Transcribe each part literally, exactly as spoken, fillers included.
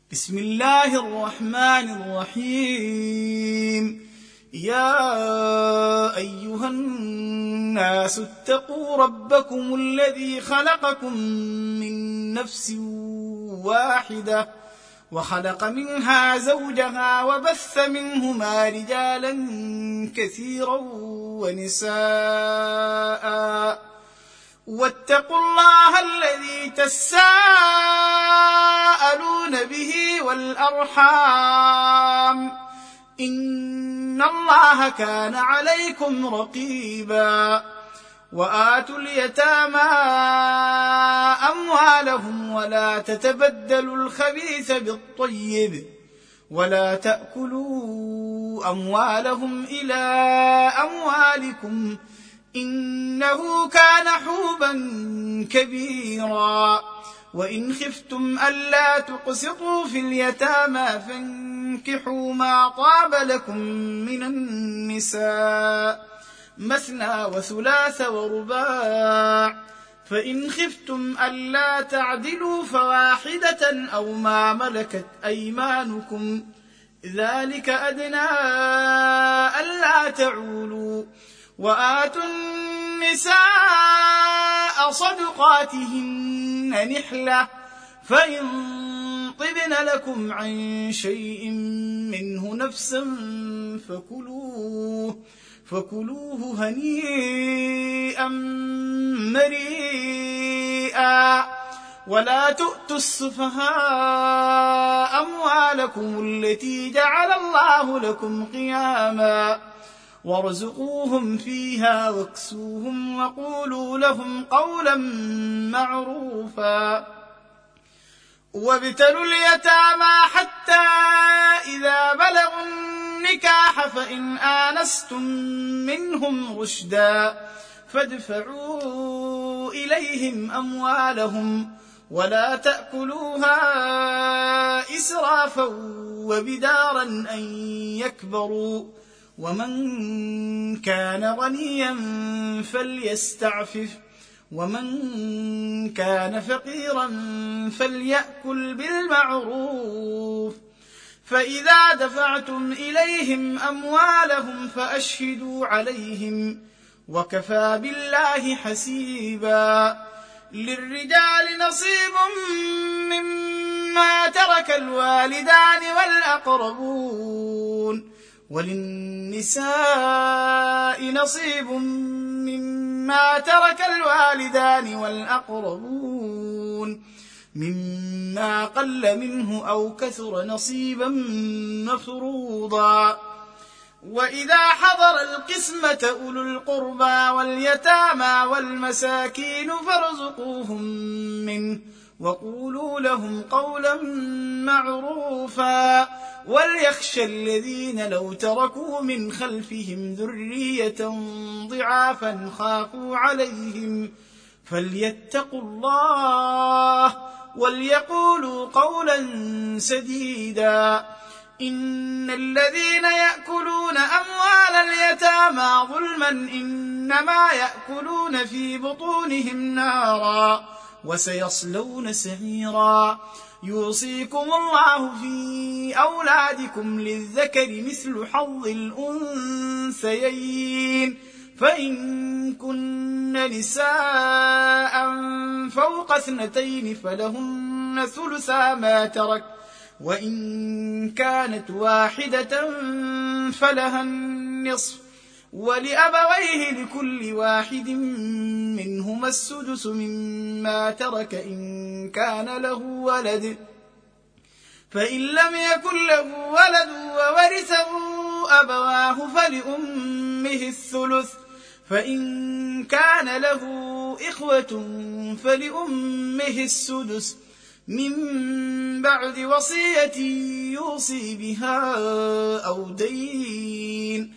بسم الله الرحمن الرحيم. يا أيها الناس اتقوا ربكم الذي خلقكم من نفس واحدة وخلق منها زوجها وبث منهما رجالا كثيرا ونساء واتقوا الله الذي تساءلون به والأرحام إن الله كان عليكم رقيبا. وآتوا اليتامى أموالهم ولا تتبدلوا الخبيث بالطيب ولا تأكلوا أموالهم إلى أموالكم إنه كان حوبا كبيرا. وإن خفتم ألا تقسطوا في اليتامى فانكحوا ما طاب لكم من النساء مثنى وثلاث ورباع، فإن خفتم ألا تعدلوا فواحدة أو ما ملكت أيمانكم ذلك أدنى ألا تعولوا. وآتوا النساء صدقاتهن نحلة فإن طبن لكم عن شيء منه نفسا فكلوه فكلوه هنيئا مريئا. ولا تؤتوا السفهاء أموالكم التي جعل الله لكم قياما وارزقوهم فيها واكسوهم وقولوا لهم قولا معروفا. وابتلوا اليتامى حتى إذا بلغوا النكاح فإن آنستم منهم رشدا فادفعوا إليهم أموالهم ولا تأكلوها إسرافا وبدارا أن يكبروا. ومن كان غنيا فليستعفف ومن كان فقيرا فليأكل بالمعروف. فإذا دفعتم إليهم أموالهم فأشهدوا عليهم وكفى بالله حسيبا. للرجال نصيب مما ترك الوالدان والأقربون وللنساء نصيب مما ترك الوالدان والأقربون مما قل منه أو كثر نصيبا مفروضا. وإذا حضر القسمة أولو القربى واليتامى والمساكين فارزقوهم منه وقولوا لهم قولا معروفا. وليخشى الذين لو تركوا من خلفهم ذرية ضعافا خافوا عليهم فليتقوا الله وليقولوا قولا سديدا. إن الذين يأكلون أموال اليتامى ظلما إنما يأكلون في بطونهم نارا وسيصلون سعيرا. يوصيكم الله في أولادكم للذكر مثل حظ الأنثيين فإن كن نساء فوق اثنتين فلهن ثلثا ما ترك وإن كانت واحدة فلها النصف ولأبويه لكل واحد منهما السدس مما ترك إن كان له ولد. فإن لم يكن له ولد وورثه أبواه فلأمه الثلث فإن كان له إخوة فلأمه السدس من بعد وصية يوصي بها أو دين.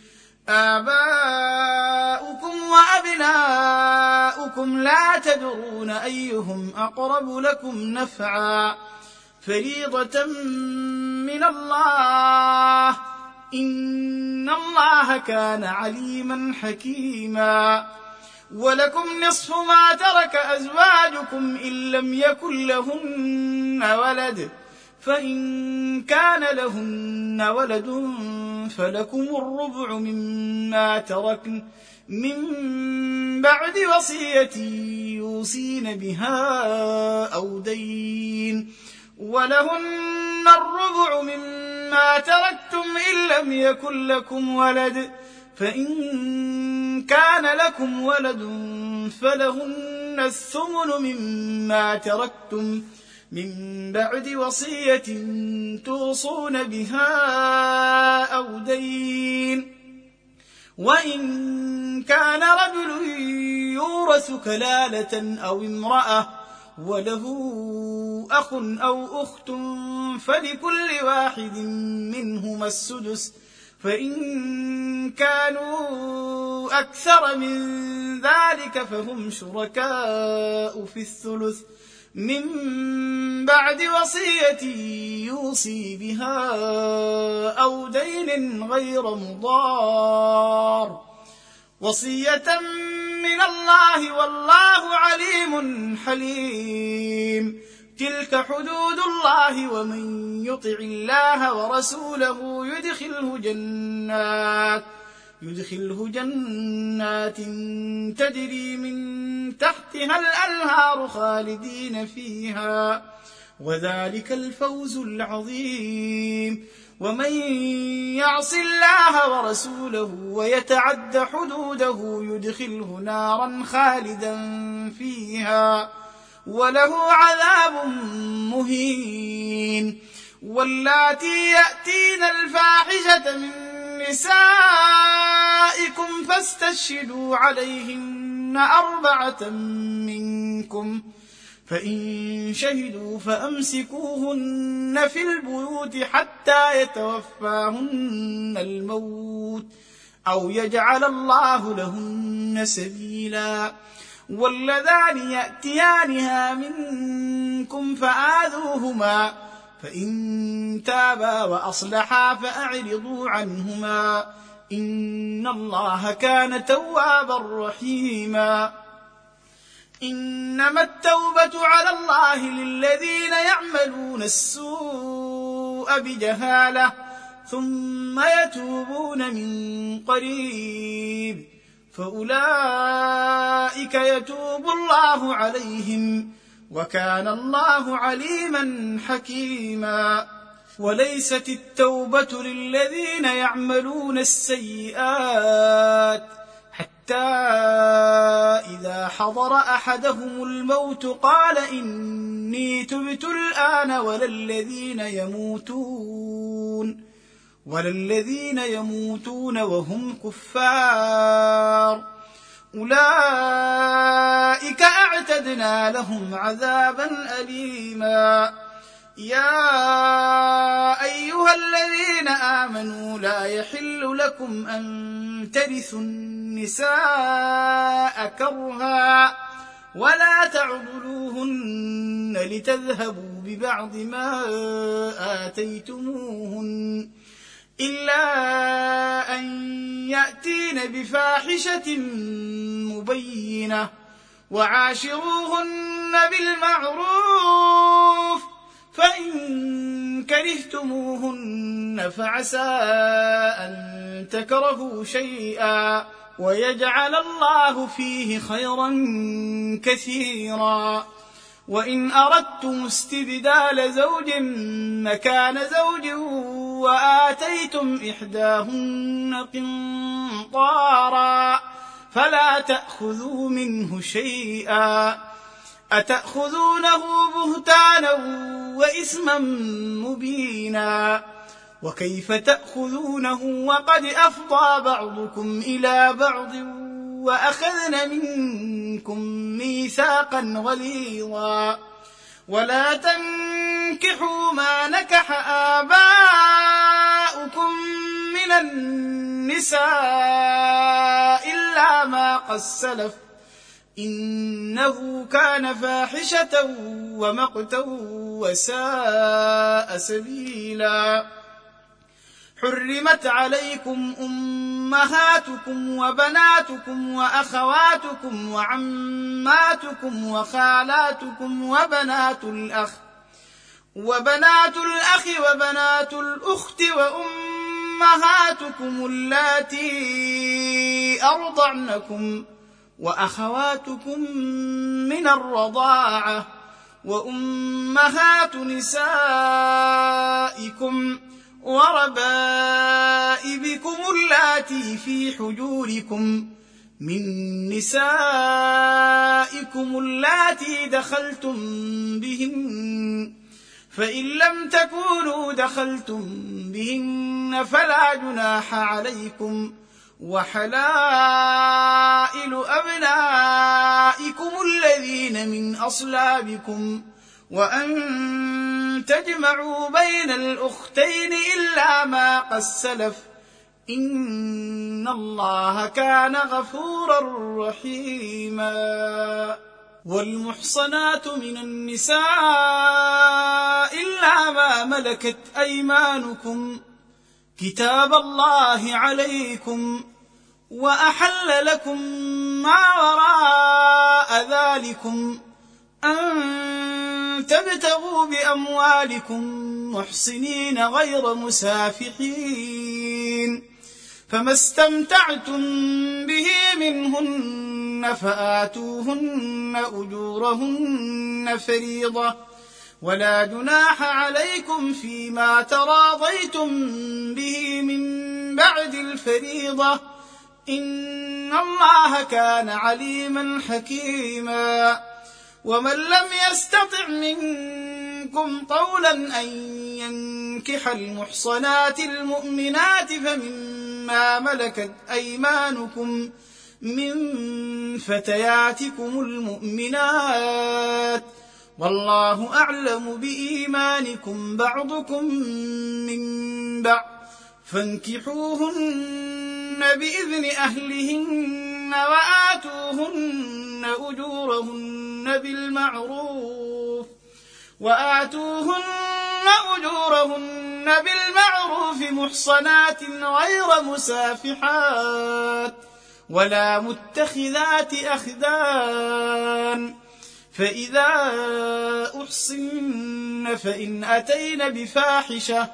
آباؤكم وأبناؤكم لا تدرون أيهم أقرب لكم نفعا فريضة من الله إن الله كان عليما حكيما. ولكم نصف ما ترك أزواجكم إن لم يكن لهن ولد فإن كان لهن ولد فلكم الربع مما تركن من بعد وصية يوصين بها أو دين، ولهن الربع مما تركتم إن لم يكن لكم ولد، فإن كان لكم ولد فلهن الثمن مما تركتم من بعد وصية توصون بها أو دين. وإن كان رجل يورث كلالة أو امرأة وله أخ أو أخت فلكل واحد منهما السدس، فإن كانوا أكثر من ذلك فهم شركاء في الثلث من بعد وصية يوصي بها أو دين غير مضار، وصية من الله والله عليم حليم. تلك حدود الله، ومن يطع الله ورسوله يدخله جنات يدخله جنات تجري من تحتها الأنهار خالدين فيها، وذلك الفوز العظيم. ومن يعص الله ورسوله ويتعد حدوده يدخله نارا خالدا فيها وله عذاب مهين. واللاتي يأتين الفاحشة من نسائكم فاستشهدوا عليهن أربعة منكم، فإن شهدوا فأمسكوهن في البيوت حتى يتوفاهن الموت أو يجعل الله لهن سبيلا. واللذان يأتيانها منكم فآذوهما، فإن تابا وأصلحا فأعرضوا عنهما، إن الله كان توابا رحيما. إنما التوبة على الله للذين يعملون السوء بجهالة ثم يتوبون من قريب فأولئك يتوب الله عليهم، وكان الله عليما حكيما. وليست التوبة للذين يعملون السيئات حتى إذا حضر أحدهم الموت قال إني تبت الآن، ولا الذين يموتون ولا الذين يموتون وهم كفار، أولئك أعتدنا لهم عذابا أليما. يا أيها الذين آمنوا لا يحل لكم أن ترثوا النساء كرها ولا تعضلوهن لتذهبوا ببعض ما آتيتموهن إلا أن يأتين بفاحشة مبينة، وعاشروهن بالمعروف، فإن كرهتموهن فعسى أن تكرهوا شيئا ويجعل الله فيه خيرا كثيرا. وإن أردتم استبدال زوج مكان زوج وآتيتم إحداهن قنطارا فلا تأخذوا منه شيئا، أتأخذونه بهتانا وإثما مبينا، وكيف تأخذونه وقد أفضى بعضكم إلى بعض وأخذن منكم ميثاقا غليظا. ولا تنكحوا ما نكح آباؤكم من النساء إلا ما قد سلف إنه كان فاحشة ومقتا وساء سبيلا. حرمت عليكم أمهاتكم وبناتكم وأخواتكم وعماتكم وخالاتكم وبنات الأخ وبنات الأخ وبنات الأخت وأمهاتكم اللاتي أرضعنكم وأخواتكم من الرضاعة وأمهات نسائكم وربائبكم اللاتي في حجوركم من نسائكم اللاتي دخلتم بهن، فإن لم تكونوا دخلتم بهن فلا جناح عليكم، وحلائل أبنائكم الذين من أصلابكم، وأن تجمعوا بين الأختين إلا ما قد سلف، إن الله كان غفورا رحيما. والمحصنات من النساء إلا ما ملكت أيمانكم كتاب الله عليكم، وأحل لكم ما وراء ذلكم أن تبتغوا بأموالكم محصنين غير مسافحين، فما استمتعتم به منهن فآتوهن أجورهن فريضة، ولا جناح عليكم فيما تراضيتم به من بعد الفريضة، إن الله كان عليما حكيما. ومن لم يستطع منكم طولا أن ينكح المحصنات المؤمنات فمما ملكت أيمانكم من فتياتكم المؤمنات، والله أعلم بإيمانكم بعضكم من بعض، فانكحوهن بإذن أهلهن وآتوهن أجورهن بالمعروف وآتوهن أجورهن بالمعروف محصنات غير مسافحات ولا متخذات أخدان، فإذا أحصن فإن أتين بفاحشة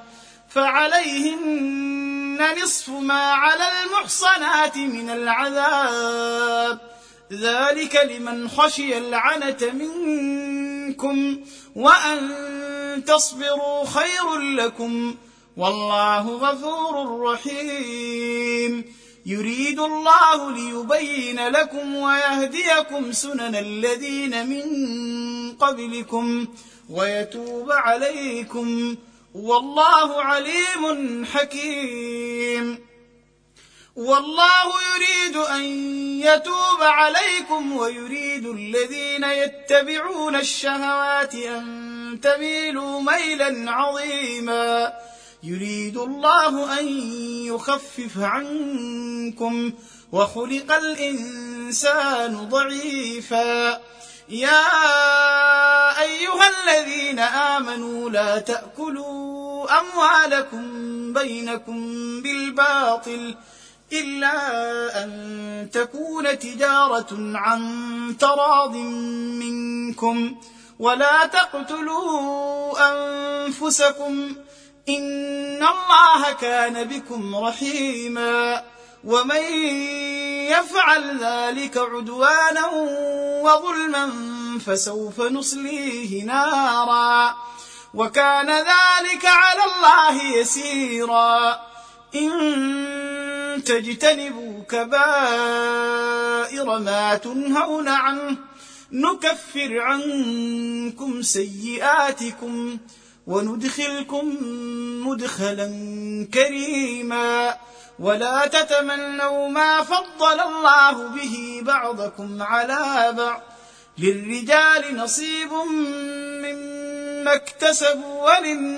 فعليهن نصف ما على المحصنات من العذاب، ذلك لمن خشي العنة منكم، وأن تصبروا خير لكم، والله غفور رحيم. يريد الله ليبين لكم ويهديكم سنن الذين من قبلكم ويتوب عليكم، والله عليم حكيم. والله يريد أن يتوب عليكم ويريد الذين يتبعون الشهوات أن تميلوا ميلا عظيما. يريد الله أن يخفف عنكم وخلق الإنسان ضعيفا. يا أيها الذين آمنوا لا تأكلوا أموالكم بينكم بالباطل إلا أن تكون تجارة عن تراض منكم، ولا تقتلوا أنفسكم إن الله كان بكم رحيما. ومن يفعل ذلك عدوانا وظلما فسوف نصليه نارا، وكان ذلك على الله يسيرا. إن تجتنبوا كبائر ما تنهون عنه نكفر عنكم سيئاتكم وندخلكم مدخلا كريما. ولا تتمنوا ما فضل الله به بعضكم على بعض، للرجال نصيب مما اكتسبوا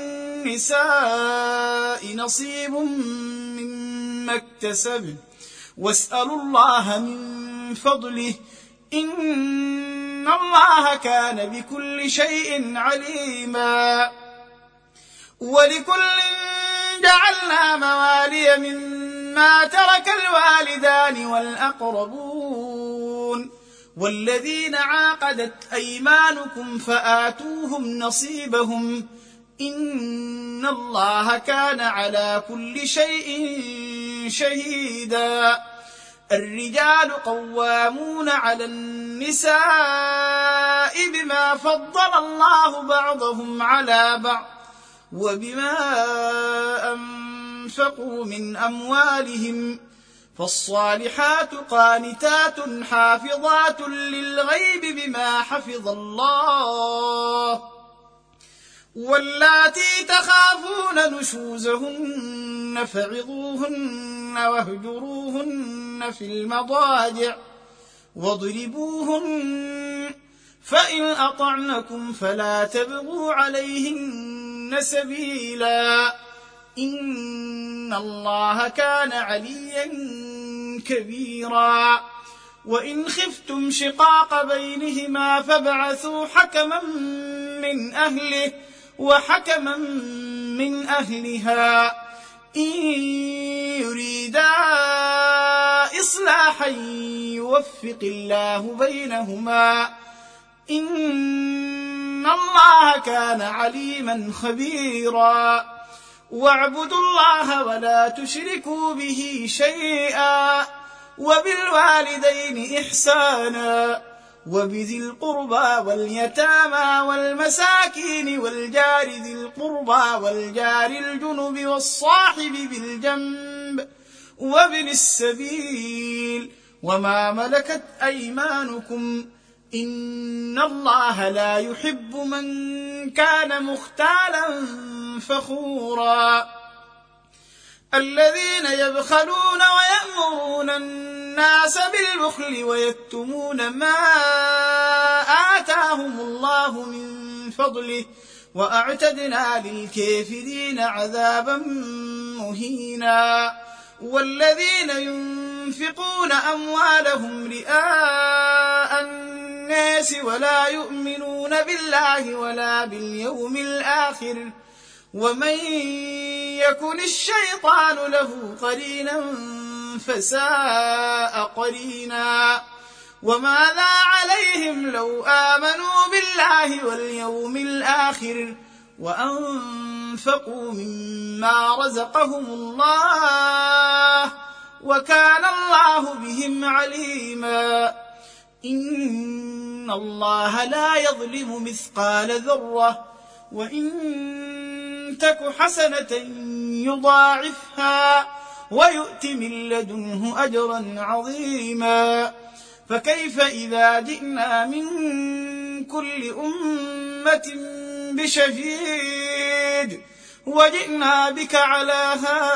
وللنساء نصيب مما اكتسبن، واسألوا الله من فضله إن الله كان بكل شيء عليما. ولكل جعلنا موالي مما ترك الوالدان والأقربون والذين عاقدت أيمانكم فآتوهم نصيبهم إن الله كان على كل شيء شهيدا. الرجال قوامون على النساء بما فضل الله بعضهم على بعض وبما أنفقوا من أموالهم، فالصالحات قانتات حافظات للغيب بما حفظ الله، واللاتي تخافون نشوزهن فعظوهن واهجروهن في المضاجع واضربوهن، فإن أطعنكم فلا تبغوا عليهن سبيلا، إن الله كان عليا كبيرا. وإن خفتم شقاق بينهما فابعثوا حكما من أهله وحكما من أهلها إن يريدا إصلاحا يوفق الله بينهما، إن الله كان عليما خبيرا. واعبدوا الله ولا تشركوا به شيئا، وبالوالدين إحسانا، وبذي القربى واليتامى والمساكين والجار ذي القربى والجار الجنب والصاحب بالجنب وابن السبيل وما ملكت أيمانكم، إن الله لا يحب من كان مختالا فخورا. الذين يبخلون ويأمرون الناس بالبخل ويكتمون ما آتاهم الله من فضله، وأعتدنا للكافرين عذابا مهينا. والذين ينفقون أموالهم رئاء الناس ولا يؤمنون بالله ولا باليوم الآخر، ومن يكن الشيطان له قرينا فساء قرينا. وماذا عليهم لو آمنوا بالله واليوم الآخر وأنفقوا مما رزقهم الله، وكان الله بهم عليما. إن الله لا يظلم مثقال ذرة، وإن تك حسنة يضاعفها ويؤت من لدنه أجرا عظيما. فكيف إذا جئنا من كل أمة بشهيد وجئنا بك على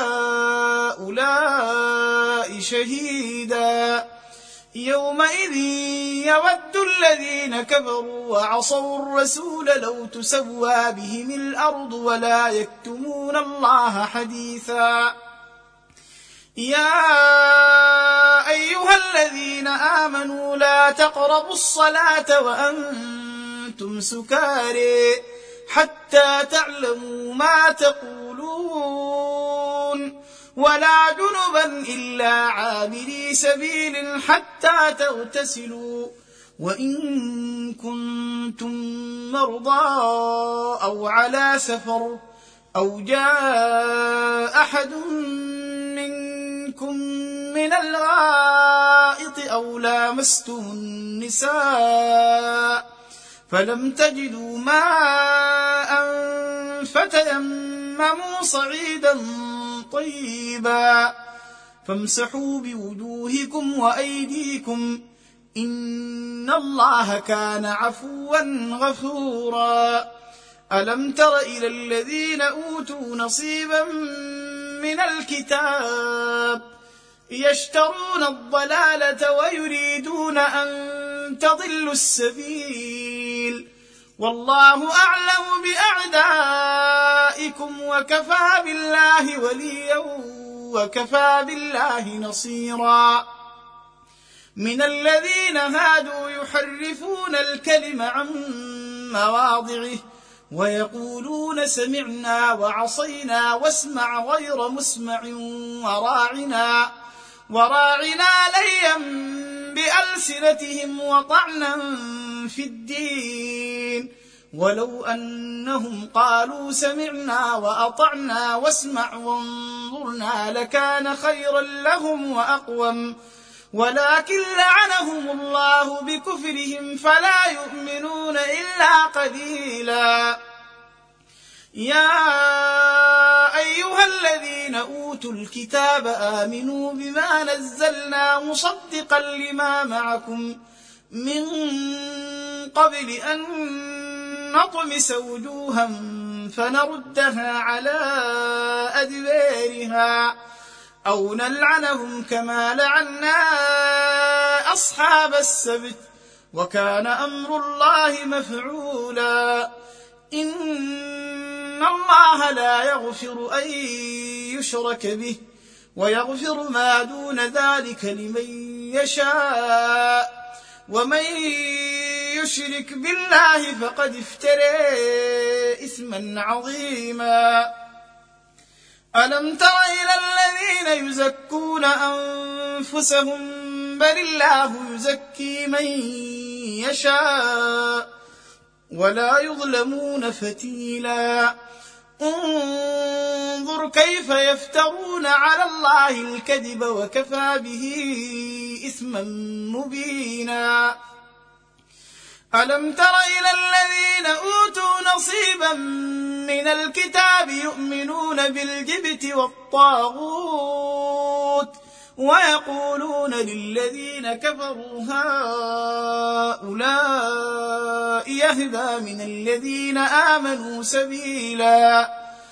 هؤلاء شهيدا، يومئذ يود الذين كفروا وعصوا الرسول لو تسوى بهم الأرض ولا يكتمون الله حديثا. يا أيها الذين آمنوا لا تقربوا الصلاة وأنتم سكارى حتى تعلموا ما تقولون، ولا جنبا إلا عابري سبيل حتى تغتسلوا، وإن كنتم مرضى أو على سفر أو جاء أحد منكم من الغائط أو لامستم النساء فلم تجدوا ماء فتيمموا صعيدا طيبا فامسحوا بوجوهكم وأيديكم، إن الله كان عفوا غفورا. ألم تر إلى الذين أوتوا نصيبا من الكتاب يشترون الضلالة ويريدون أن تضلوا السبيل، والله أعلم بأعدائكم وكفى بالله وليا وكفى بالله نصيرا. من الذين هادوا يحرفون الكلم عن مواضعه ويقولون سمعنا وعصينا واسمع غير مسمع وراعنا وراعنا ليا بألسنتهم وطعنا في الدين، ولو أنهم قالوا سمعنا وأطعنا واسمع وانظرنا لكان خيرا لهم وأقوم ولكن لعنهم الله بكفرهم فلا يؤمنون إلا قليلا. يا أيها الذين أوتوا الكتاب آمنوا بما نزلنا مصدقا لما معكم من قبل أن نطمس وجوها فنردها على أدبارها أو نلعنهم كما لعنا أصحاب السبت وكان أمر الله مفعولا. إن الله لا يغفر أن يشرك به ويغفر ما دون ذلك لمن يشاء ومن يشرك بالله فقد افترى إثما عظيما. ألم تر إلى الذين يزكون أنفسهم بل الله يزكي من يشاء ولا يظلمون فتيلا. انظر كيف يفترون على الله الكذب وكفى به إثما مبينا. ألم تر إلى الذين أوتوا نصيبا من الكتاب يؤمنون بالجبت والطاغوت ويقولون للذين كفروا هؤلاء يهدى من الذين آمنوا سبيلا.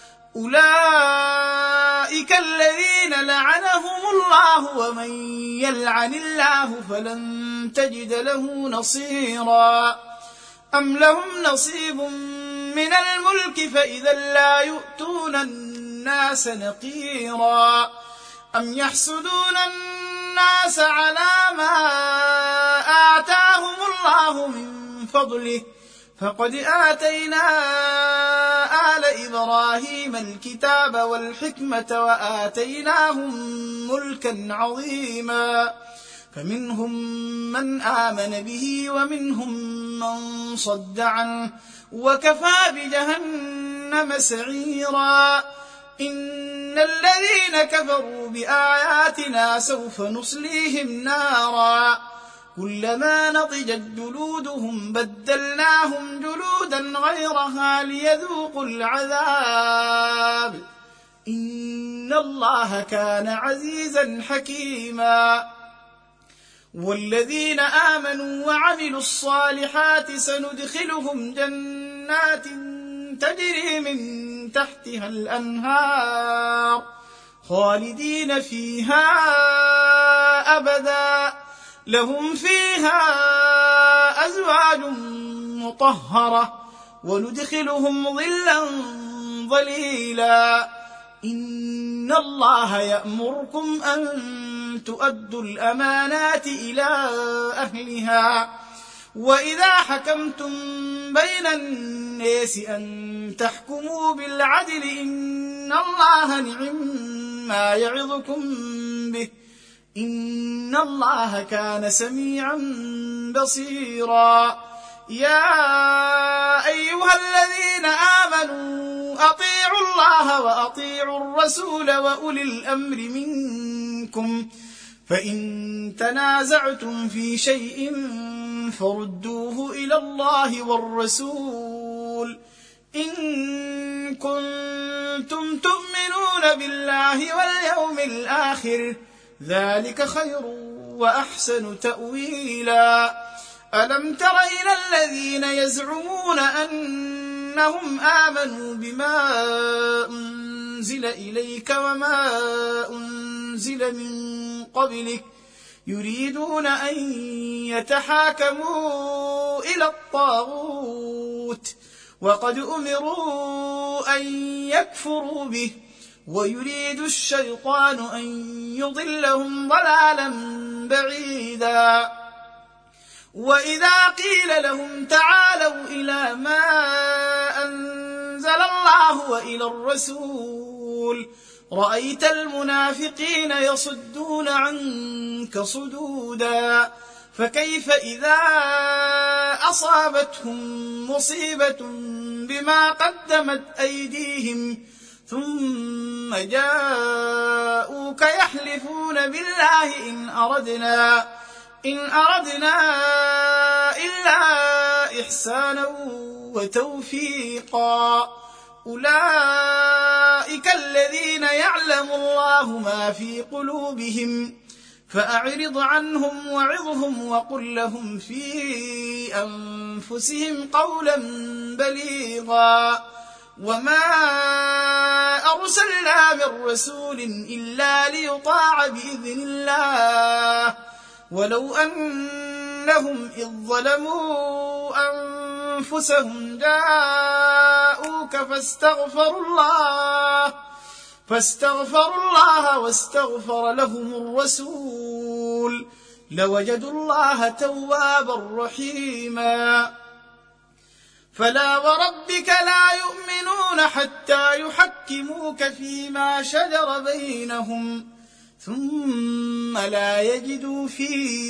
أولئك الذين لعنهم الله ومن يلعن الله فلن تجد له نصيرا. أم لهم نصيب من الملك فإذا لا يؤتون الناس نقيرا. أم يحسدون الناس على ما آتاهم الله من فضله فقد آتينا آل إبراهيم الكتاب والحكمة وآتيناهم ملكا عظيما. فمنهم من آمن به ومنهم من صد عنه وكفى بجهنم سعيرا. إن الذين كفروا بآياتنا سوف نصليهم نارا كلما نضجت جلودهم بدلناهم جلودا غيرها ليذوقوا العذاب إن الله كان عزيزا حكيما. والذين آمنوا وعملوا الصالحات سندخلهم جنات تجري من تحتها الأنهار خالدين فيها أبدا لهم فيها أزواج مطهرة وندخلهم ظلا ظليلا. إن الله يأمركم أن تؤدوا الأمانات إلى أهلها وإذا حكمتم بين الناس أن تحكموا بالعدل إن الله نعم ما يعظكم به إن الله كان سميعا بصيرا. يا أيها الذين آمنوا أطيعوا الله وأطيعوا الرسول وأولي الأمر منكم فإن تنازعتم في شيء فردوه إلى الله والرسول إن كنتم تؤمنون بالله واليوم الآخر ذلك خير وأحسن تأويلا. ألم تر إلى الذين يزعمون أنهم آمنوا بما أنزل إليك وما أنزل من قبلك يريدون أن يتحاكموا إلى الطاغوت وقد أمروا أن يكفروا به ويريد الشيطان أن يضلهم ضلالا بعيدا. وإذا قيل لهم تعالوا إلى ما أنزل الله وإلى الرسول رأيت المنافقين يصدون عنك صدودا فكيف إذا أصابتهم مصيبة بما قدمت أيديهم ثم جاءوك يحلفون بالله إن أردنا إن أردنا إلا إحسانا وتوفيقا أولئك الذين يعلم الله ما في قلوبهم فأعرض عنهم وعظهم وقل لهم في أنفسهم قولا بليغا وما أرسلنا من رسول إلا ليطاع بإذن الله ولو أنهم إذ ظلموا أنفسهم جاءوك فاستغفروا الله فاستغفروا الله واستغفر لهم الرسول لوجدوا الله توابا رحيما فلا وربك لا يؤمنون حتى يحكموك فيما شجر بينهم ثم لا يجدوا في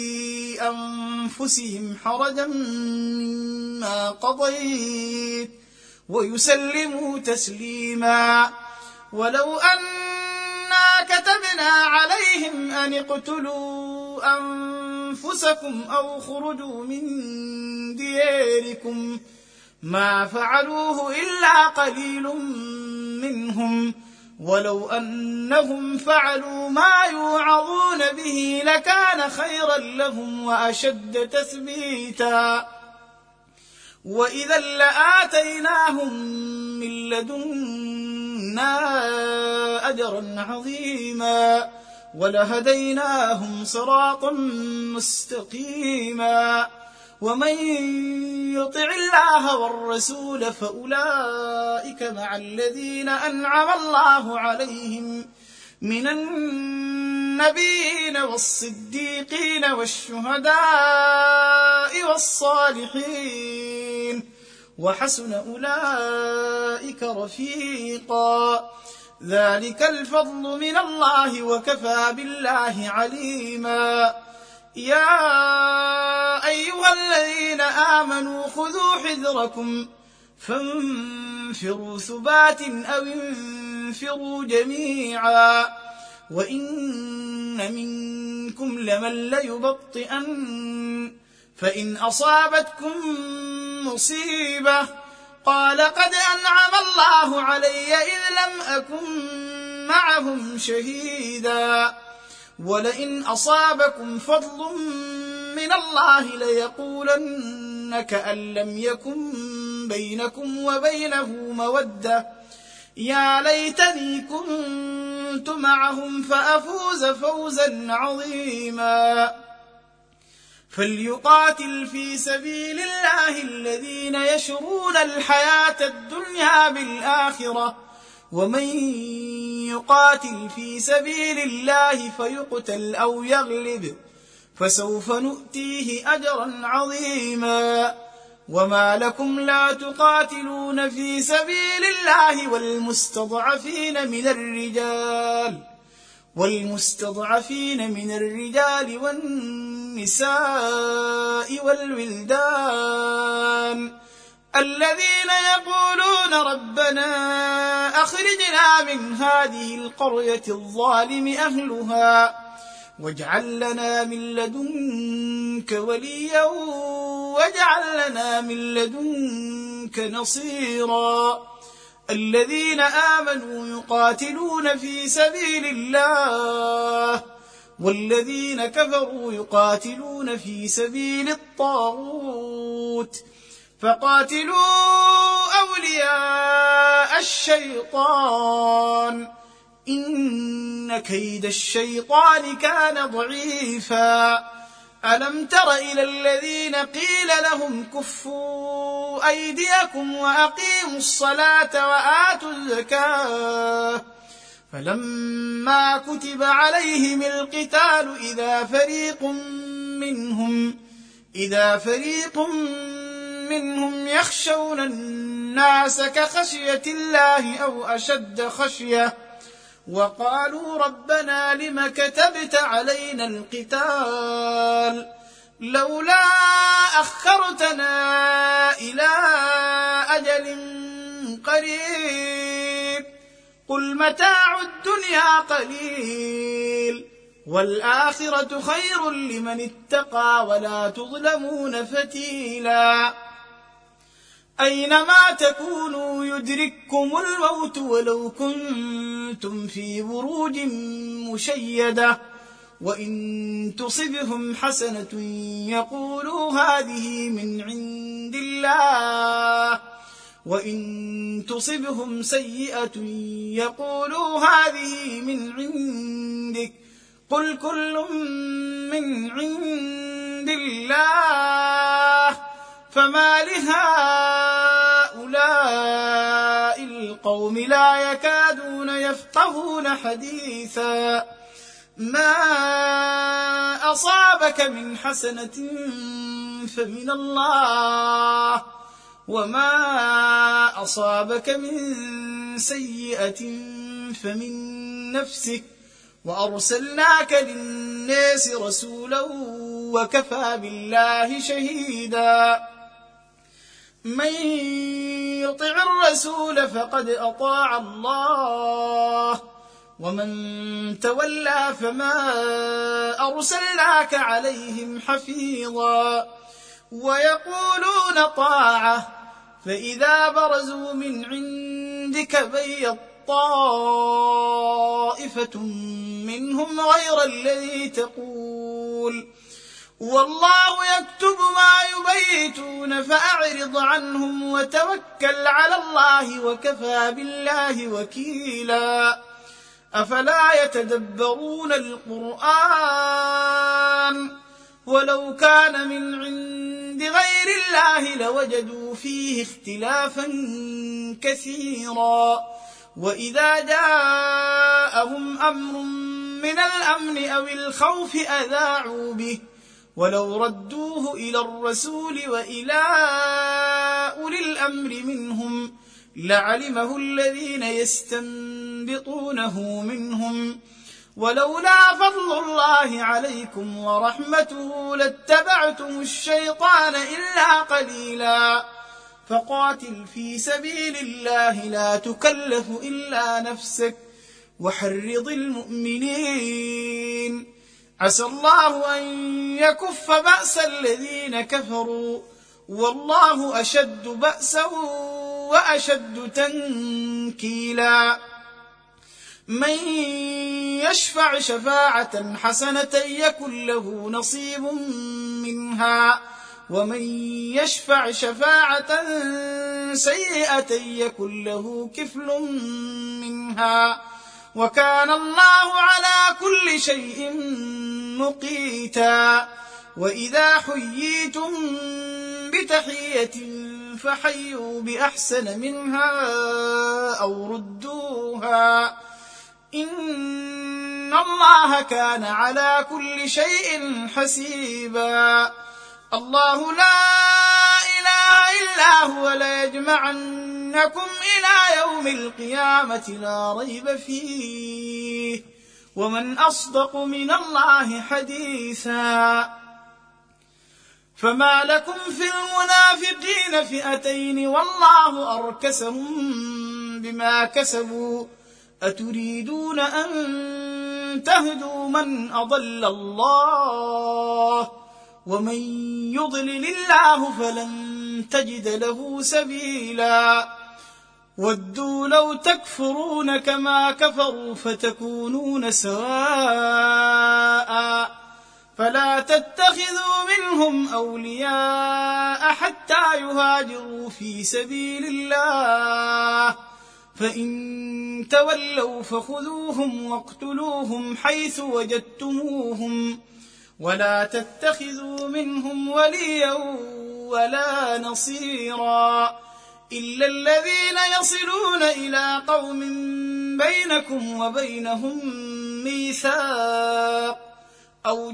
أنفسهم حرجا مما قضيت ويسلموا تسليما ولو أنا كتبنا عليهم أن اقتلوا أنفسكم أو خرجوا من دياركم ما فعلوه إلا قليل منهم ولو أنهم فعلوا ما يوعظون به لكان خيرا لهم وأشد تثبيتا وإذا لآتيناهم من لدنا أجرا عظيما ولهديناهم صراطا مستقيما ومن يطع الله والرسول فأولئك مع الذين أنعم الله عليهم من النبيين والصديقين والشهداء والصالحين وحسن أولئك رفيقا ذلك الفضل من الله وكفى بالله عليما يا أيها الذين آمنوا خذوا حذركم فانفروا ثبات أو انفروا جميعا وإن منكم لمن ليبطئن فإن أصابتكم مصيبة قال قد أنعم الله علي إذ لم أكن معهم شهيدا ولئن أصابكم فضل من الله ليقولن كأن لم يكن بينكم وبينه مودة يا ليتني كنت معهم فأفوز فوزا عظيما فليقاتل في سبيل الله الذين يشرون الحياة الدنيا بالآخرة ومن يقاتل في سبيل الله فيقتل أو يغلب فسوف نؤتيه أجرا عظيما وما لكم لا تقاتلون في سبيل الله والمستضعفين من الرجال والمستضعفين من الرجال والنساء والولدان الذين يقولون ربنا أخرجنا من هذه القرية الظالم أهلها واجعل لنا من لدنك وليا واجعل لنا من لدنك نصيرا الذين آمنوا يقاتلون في سبيل الله والذين كفروا يقاتلون في سبيل الطاغوت فقاتلوا أولياء الشيطان إن كيد الشيطان كان ضعيفا ألم تر إلى الذين قيل لهم كفوا أيديكم وأقيموا الصلاة وآتوا الزكاة فلما كتب عليهم القتال إذا فريق منهم إذا فريق منهم يخشون الناس كخشية الله أو أشد خشية وقالوا ربنا لم كتبت علينا القتال لولا أخرتنا إلى أجل قريب قل متاع الدنيا قليل والآخرة خير لمن اتقى ولا تظلمون فتيلا أينما تكونوا يدرككم الموت ولو كنتم في بروج مشيدة وإن تصبهم حسنة يقولوا هذه من عند الله وإن تصبهم سيئة يقولوا هذه من عندك قل كل من عند الله فما لهؤلاء القوم لا يكادون يفقهون حديثا ما أصابك من حسنة فمن الله وما أصابك من سيئة فمن نفسك وأرسلناك للناس رسولا وكفى بالله شهيدا من يطع الرسول فقد أطاع الله ومن تولى فما أرسلناك عليهم حفيظا ويقولون طاعة فإذا برزوا من عندك بيت طائفة منهم غير الذي تقول والله يكتب ما يبيتون فأعرض عنهم وتوكل على الله وكفى بالله وكيلا أفلا يتدبرون القرآن ولو كان من عند غير الله لوجدوا فيه اختلافا كثيرا وإذا جاءهم أمر من الأمن أو الخوف أذاعوا به ولو ردوه إلى الرسول وإلى أولي الأمر منهم لعلمه الذين يستنبطونه منهم ولولا فضل الله عليكم ورحمته لاتبعتم الشيطان إلا قليلا فقاتل في سبيل الله لا تكلف إلا نفسك وحرض المؤمنين عسى الله أن يكف بأس الذين كفروا والله أشد بأسا وأشد تنكيلا من يشفع شفاعة حسنة يكن له نصيب منها ومن يشفع شفاعة سيئة يكن له كفل منها وكان الله على كل شيء مقيتا وإذا حييتم بتحية فحيوا بأحسن منها أو ردوها إن الله كان على كل شيء حسيبا الله لا إله إلا هو ليجمعنكم إلى يوم القيامة لا ريب فيه ومن أصدق من الله حديثا فما لكم في المنافقين فئتين والله أركسهم بما كسبوا أتريدون أن تهدوا من أضل الله ومن يضلل الله فلن تجد له سبيلا ودوا لو تكفرون كما كفروا فتكونون سواء فلا تتخذوا منهم أولياء حتى يهاجروا في سبيل الله فإن تولوا فخذوهم واقتلوهم حيث وجدتموهم ولا تتخذوا منهم وليا ولا نصيرا إلا الذين يصلون إلى قوم بينكم وبينهم ميثاق أو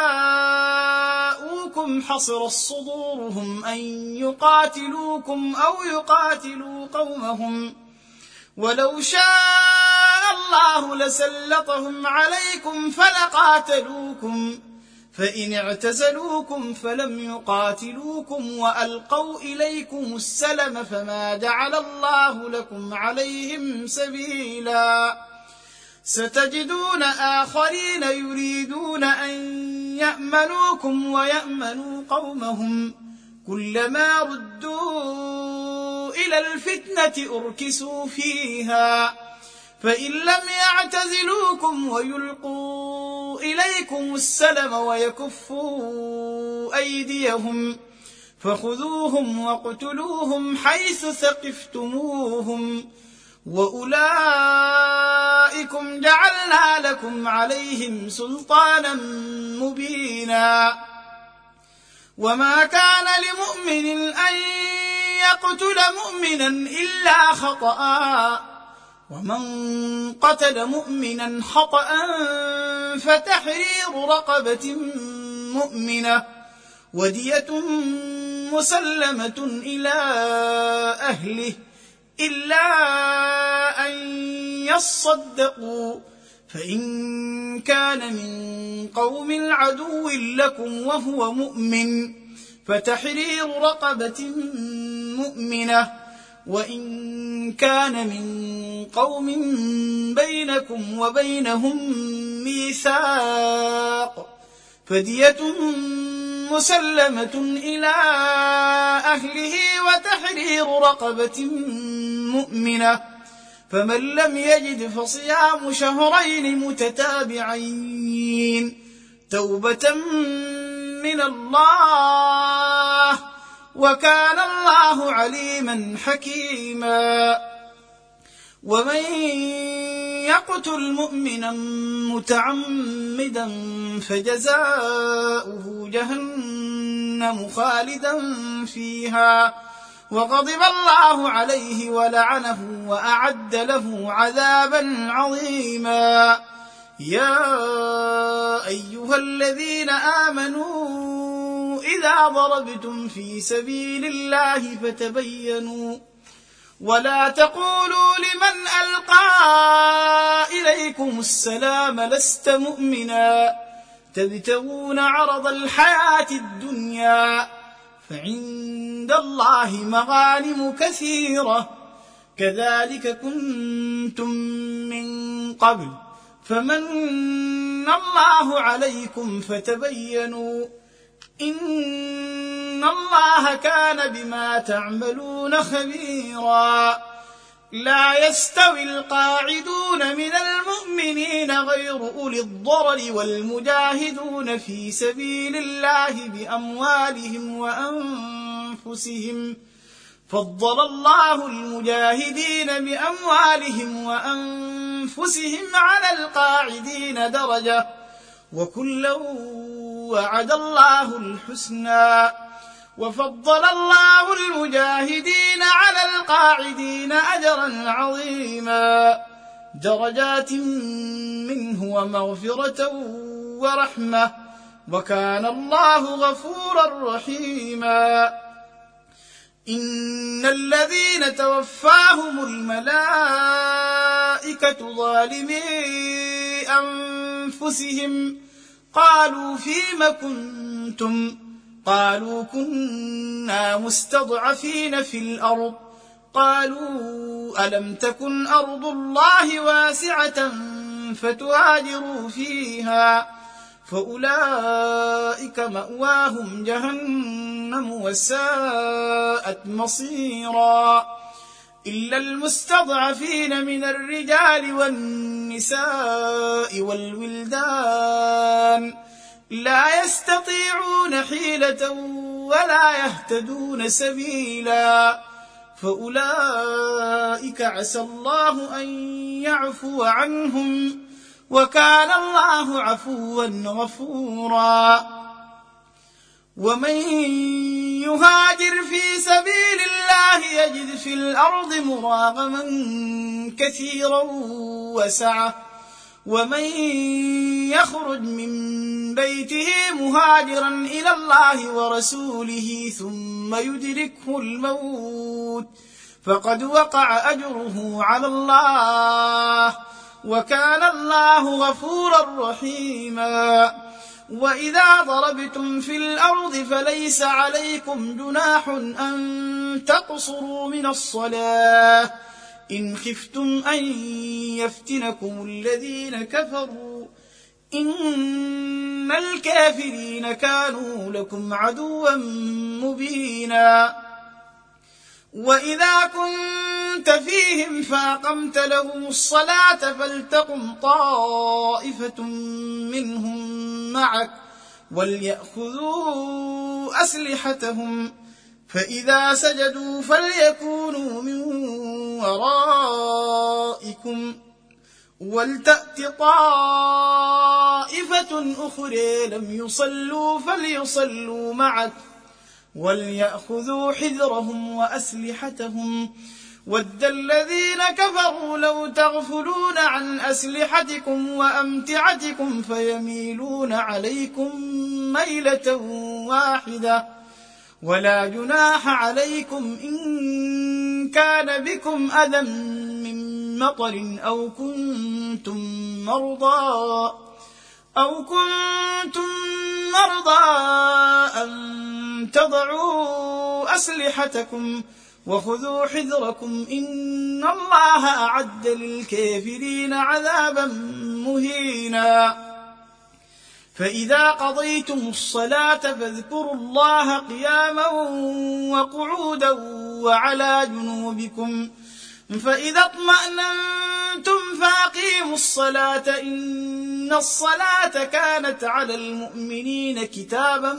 جاءوكم حصرت صدورهم أن يقاتلوكم أو يقاتلوا قومهم ولو شاء الله لسلطهم عليكم فلقاتلوكم فإن اعتزلوكم فلم يقاتلوكم وألقوا إليكم السلم فما جعل الله لكم عليهم سبيلا ستجدون آخرين يريدون أن يأمنوكم ويأمنوا قومهم كلما ردوا إلى الفتنة أركسوا فيها فإن لم يعتزلوكم ويلقوا إليكم السلم ويكفوا أيديهم فخذوهم واقتلوهم حيث ثقفتموهم وأولئكم جعلنا لكم عليهم سلطانا مبينا وما كان لمؤمن أن يقتل مؤمنا إلا خطأ ومن قتل مؤمنا خطأ فتحرير رقبة مؤمنة ودية مسلمة إلى أهله إلا أن يصدقوا فإن كان من قوم عدو لكم وهو مؤمن فتحرير رقبة مؤمنة وإن كان من قوم بينكم وبينهم ميثاق فدية مسلمة إلى أهله وتحرير رقبة مؤمنة فمن لم يجد فصيام شهرين متتابعين توبة من الله وكان الله عليما حكيما ومن يقتل مؤمنا متعمدا فجزاؤه جهنم خالدا فيها وغضب الله عليه ولعنه وأعد له عذابا عظيما يا أيها الذين آمنوا إذا ضربتم في سبيل الله فتبينوا ولا تقولوا لمن ألقى إليكم السلام لست مؤمنا تبتغون عرض الحياة الدنيا فعند الله مغانم كثيرة كذلك كنتم من قبل فمن الله عليكم فتبينوا إن الله كان بما تعملون خبيرا لا يستوي القاعدون من المؤمنين غير أولي الضرر والمجاهدون في سبيل الله بأموالهم وأنفسهم فضل الله المجاهدين بأموالهم وأنفسهم على القاعدين درجة وكلا وعد الله الحسنى وفضل الله المجاهدين على القاعدين أجرا عظيما درجات منه ومغفرة ورحمة وكان الله غفورا رحيما إن الذين توفاهم الملائكة ظالمي أنفسهم قالوا فيم كنتم قالوا كنا مستضعفين في الأرض قالوا ألم تكن أرض الله واسعة فتهاجروا فيها فأولئك مأواهم جهنم وساءت مصيرا إلا المستضعفين من الرجال والنساء والولدان لا يستطيعون حيلة ولا يهتدون سبيلا فأولئك عسى الله أن يعفو عنهم وكان الله عفوا غفورا ومن يهاجر في سبيل الله يجد في الأرض مراغما كثيرا وسعة ومن يخرج من بيته مهاجرا إلى الله ورسوله ثم يدركه الموت فقد وقع أجره على الله وكان الله غفورا رحيما وإذا ضربتم في الأرض فليس عليكم جناح أن تقصروا من الصلاة إن خفتم أن يفتنكم الذين كفروا إن الكافرين كانوا لكم عدوا مبينا. وإذا كنت فيهم فأقمت لهم الصلاة فلتقم طائفة منهم معك وليأخذوا أسلحتهم فإذا سجدوا فليكونوا من ورائكم ولتأت طائفة أخرى لم يصلوا فليصلوا معك وليأخذوا حذرهم وأسلحتهم ود الذين كفروا لو تغفلون عن أسلحتكم وأمتعتكم فيميلون عليكم ميلة واحدة ولا جناح عليكم إن كان بكم أذى من مطر أو كنتم مرضى أو كنتم مرضى أن تضعوا أسلحتكم وخذوا حذركم إن الله أعد للكافرين عذابا مهينا. فإذا قضيتم الصلاة فاذكروا الله قياما وقعودا وعلى جنوبكم فإذا اطمأننتم فأقيموا الصلاة إن الصلاة كانت على المؤمنين كتابا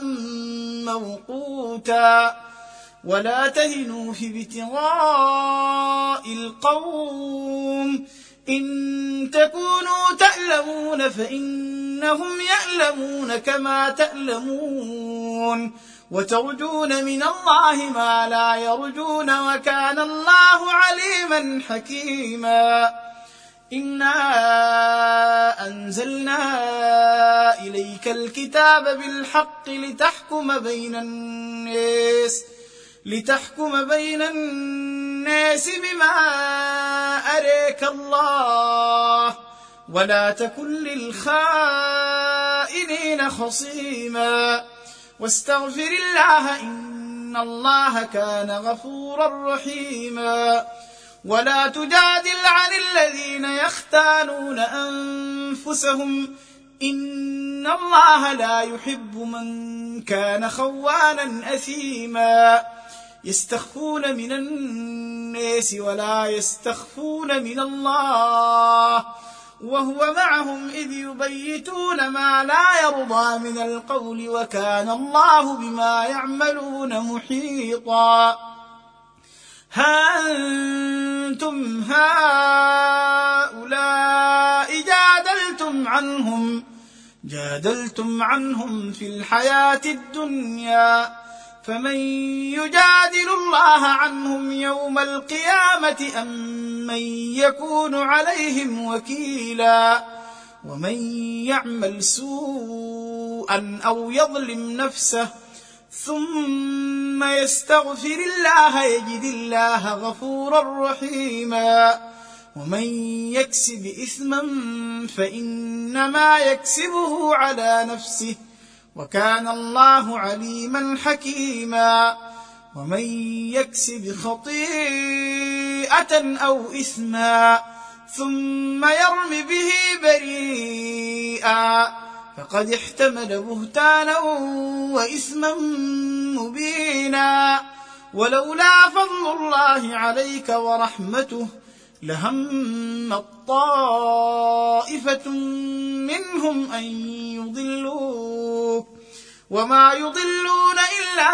موقوتا. ولا تهنوا في ابتغاء القوم إن تكونوا تألمون فإنهم يألمون كما تألمون وترجون من الله ما لا يرجون وكان الله عليما حكيما. إنا أنزلنا إليك الكتاب بالحق لتحكم بين الناس لتحكم بين الناس بما أريك الله ولا تكن للخائنين خصيما واستغفر الله إن الله كان غفورا رحيما. ولا تجادل عن الذين يختانون أنفسهم إن الله لا يحب من كان خوانا أثيما. يستخفون من الناس ولا يستخفون من الله وهو معهم إذ يبيتون ما لا يرضى من القول وكان الله بما يعملون محيطا. ها أنتم هؤلاء جادلتم عنهم جادلتم عنهم في الحياة الدنيا فمن يجادل الله عنهم يوم القيامة أم من يكون عليهم وكيلا. ومن يعمل سوءا أو يظلم نفسه ثم يستغفر الله يجد الله غفورا رحيما. ومن يكسب إثما فإنما يكسبه على نفسه وكان الله عليما حكيما. ومن يكسب خطيئة أو إثما ثم يرم به بريئا فقد احتمل بهتانا وإثما مبينا. ولولا فضل الله عليك ورحمته لهمت طائفة منهم أن يضلوك وما يضلون إلا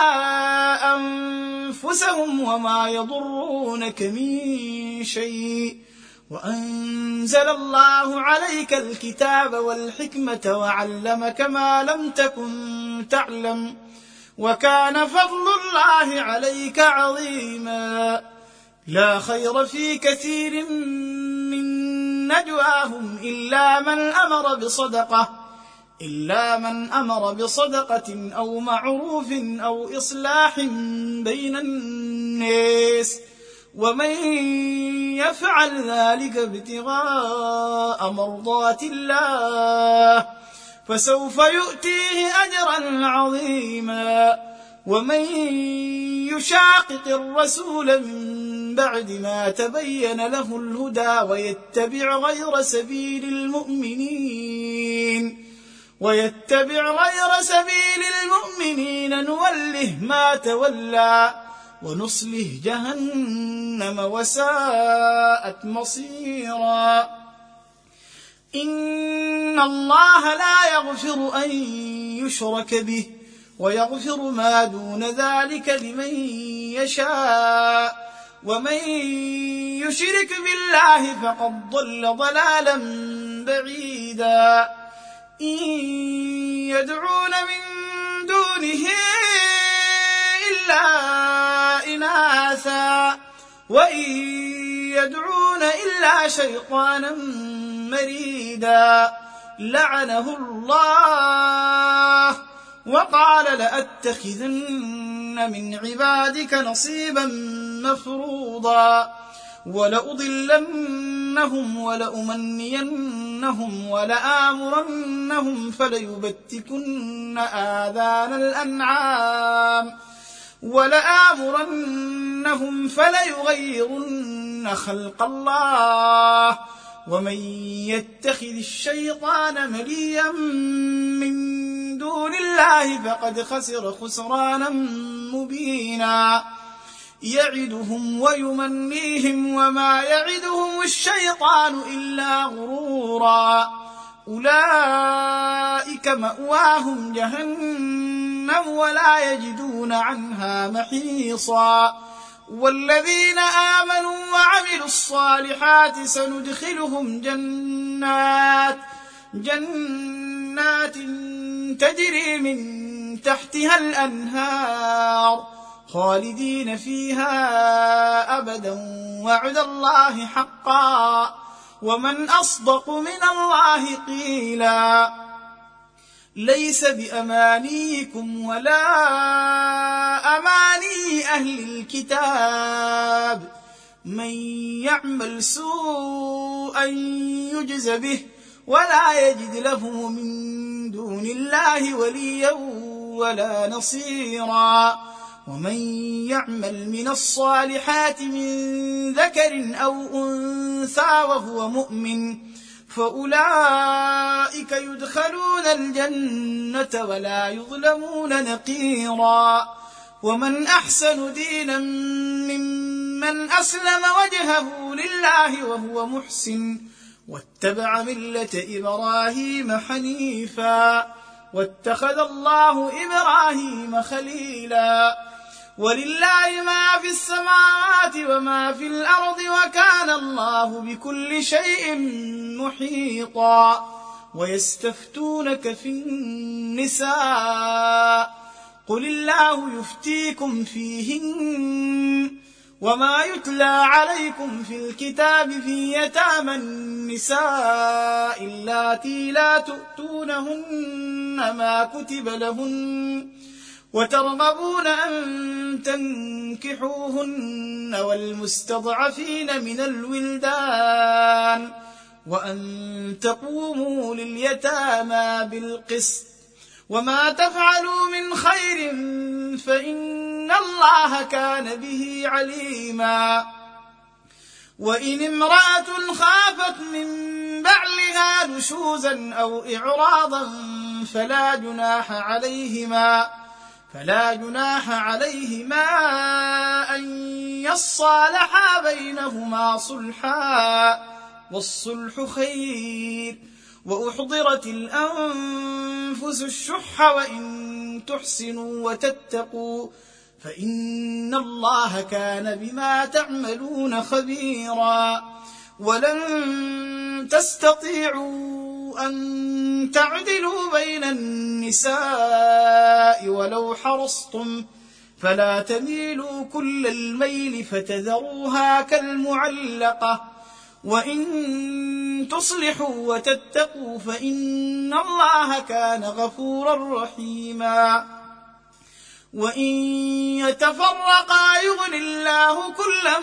أنفسهم وما يضرونك من شيء وأنزل الله عليك الكتاب والحكمة وعلمك ما لم تكن تعلم وكان فضل الله عليك عظيما. لا خير في كثير من نجواهم إلا من أمر بصدقة إلا من أمر بصدقة أو معروف أو إصلاح بين الناس ومن يفعل ذلك ابتغاء مرضات الله فسوف يؤتيه أجرا عظيما. ومن يشاقق الرسول من بعد ما تبين له الهدى ويتبع غير سبيل المؤمنين ويتبع غير سبيل المؤمنين نوله ما تولى ونصله جهنم وساءت مصيرا. إن الله لا يغفر أن يشرك به ويغفر ما دون ذلك لمن يشاء ومن يشرك بالله فقد ضل ضلالا بعيدا. إن يدعون من دونه إلا إناثا وإن يدعون إلا شيطانا مريدا لعنه الله وقال لأتخذن من عبادك نصيبا مفروضا ولأضلنهم ولأمنينهم ولآمرنهم فليبتكن آذان الأنعام ولآمرنهم فليغيرن خلق الله ومن يتخذ الشيطان مليا من دون الله فقد خسر خسرانا مبينا. يعدهم ويمنيهم وما يعدهم الشيطان إلا غرورا. أولئك مأواهم جهنم ولا يجدون عنها محيصا. والذين آمنوا وعملوا الصالحات سندخلهم جنات جنات تجري من تحتها الأنهار خالدين فيها أبدا وعد الله حقا ومن أصدق من الله قيلا. ليس بأمانيكم ولا أماني أهل الكتاب من يعمل سوءا يجز به ولا يجد له من دون الله وليا ولا نصيرا. ومن يعمل من الصالحات من ذكر أو أنثى وهو مؤمن فأولئك يدخلون الجنة ولا يظلمون نقيرا. ومن أحسن دينا ممن أسلم وجهه لله وهو محسن واتبع ملة إبراهيم حنيفا واتخذ الله إبراهيم خليلا. ولله ما في السماوات وما في الأرض وكان الله بكل شيء محيطا. ويستفتونك في النساء قل الله يفتيكم فيهن وما يتلى عليكم في الكتاب في يتامى النساء اللاتي لا تؤتونهن ما كتب لهن وترغبون أن تنكحوهن والمستضعفين من الولدان وأن تقوموا لليتامى بالقسط وما تفعلوا من خير فإن الله كان به عليما. وإن امرأة خافت من بعلها نشوزا أو إعراضا فلا جناح عليهما فلا جناح عليهما أن يصالحا بينهما صلحا والصلح خير. وأحضرت الأنفس الشح وإن تحسنوا وتتقوا فإن الله كان بما تعملون خبيرا. ولن تستطيعوا أن تعدلوا بين النساء ولو حرصتم فلا تميلوا كل الميل فتذروها كالمعلقة. وإن تصلحوا وتتقوا فإن الله كان غفورا رحيما. وإن يتفرقا يغن الله كلا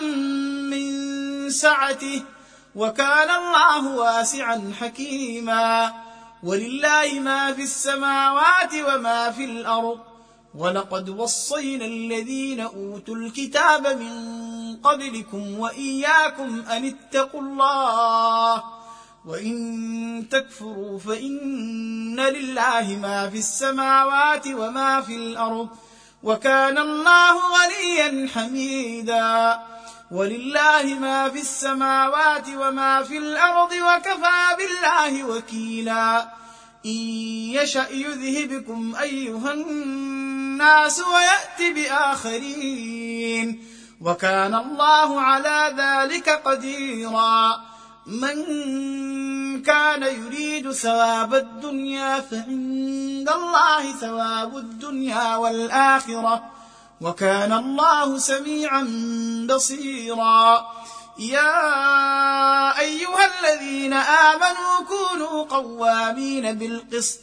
من سعته وكان الله واسعا حكيما. ولله ما في السماوات وما في الأرض ولقد وصينا الذين أوتوا الكتاب من قبلكم وإياكم أن اتقوا الله وإن تكفروا فإن لله ما في السماوات وما في الأرض وكان الله غنيا حميدا ولله ما في السماوات وما في الأرض وكفى بالله وكيلا إن يشأ يذهبكم أيها الناس ويأت بآخرين وكان الله على ذلك قديرا من كان يريد ثواب الدنيا فعند الله ثواب الدنيا والآخرة وكان الله سميعا بصيرا يا أيها الذين آمنوا كونوا قوامين بالقسط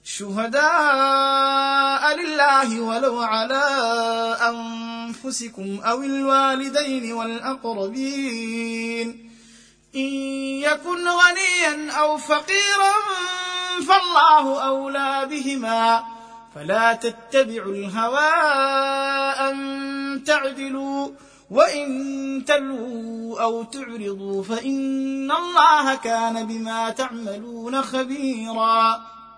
شهداء لله ولو على أنفسكم أو الوالدين والأقربين إن يكن غنيا أو فقيرا فالله أولى بهما فلا تتبعوا الهوى أن تعدلوا وإن تلووا أو تعرضوا فإن الله كان بما تعملون خبيرا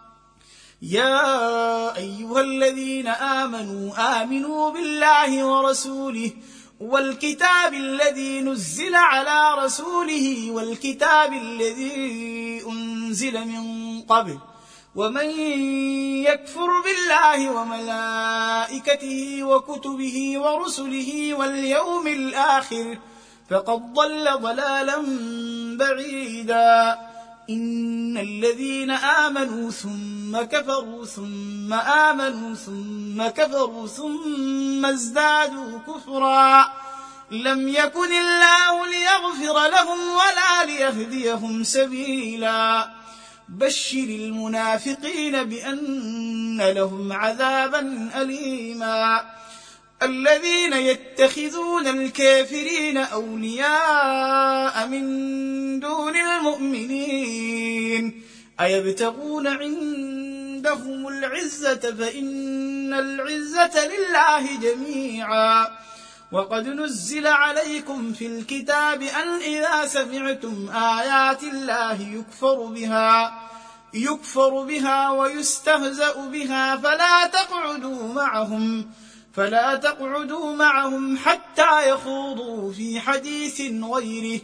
يا أيها الذين آمنوا آمنوا بالله ورسوله والكتاب الذي نزل على رسوله والكتاب الذي أنزل من قبل ومن يكفر بالله وملائكته وكتبه ورسله واليوم الآخر فقد ضل ضلالا بعيدا إن الذين آمنوا ثم كفروا ثم آمنوا ثم كفروا ثم ازدادوا كفرا لم يكن الله ليغفر لهم ولا ليهديهم سبيلا بشر المنافقين بأن لهم عذابا أليما الذين يتخذون الكافرين أولياء من دون المؤمنين أيبتغون عندهم العزة فإن العزة لله جميعا وقد نزل عليكم في الكتاب أن إذا سمعتم آيات الله يكفر بها يكفر بها ويستهزأ بها فلا تقعدوا معهم فلا تقعدوا معهم حتى يخوضوا في حديث غيره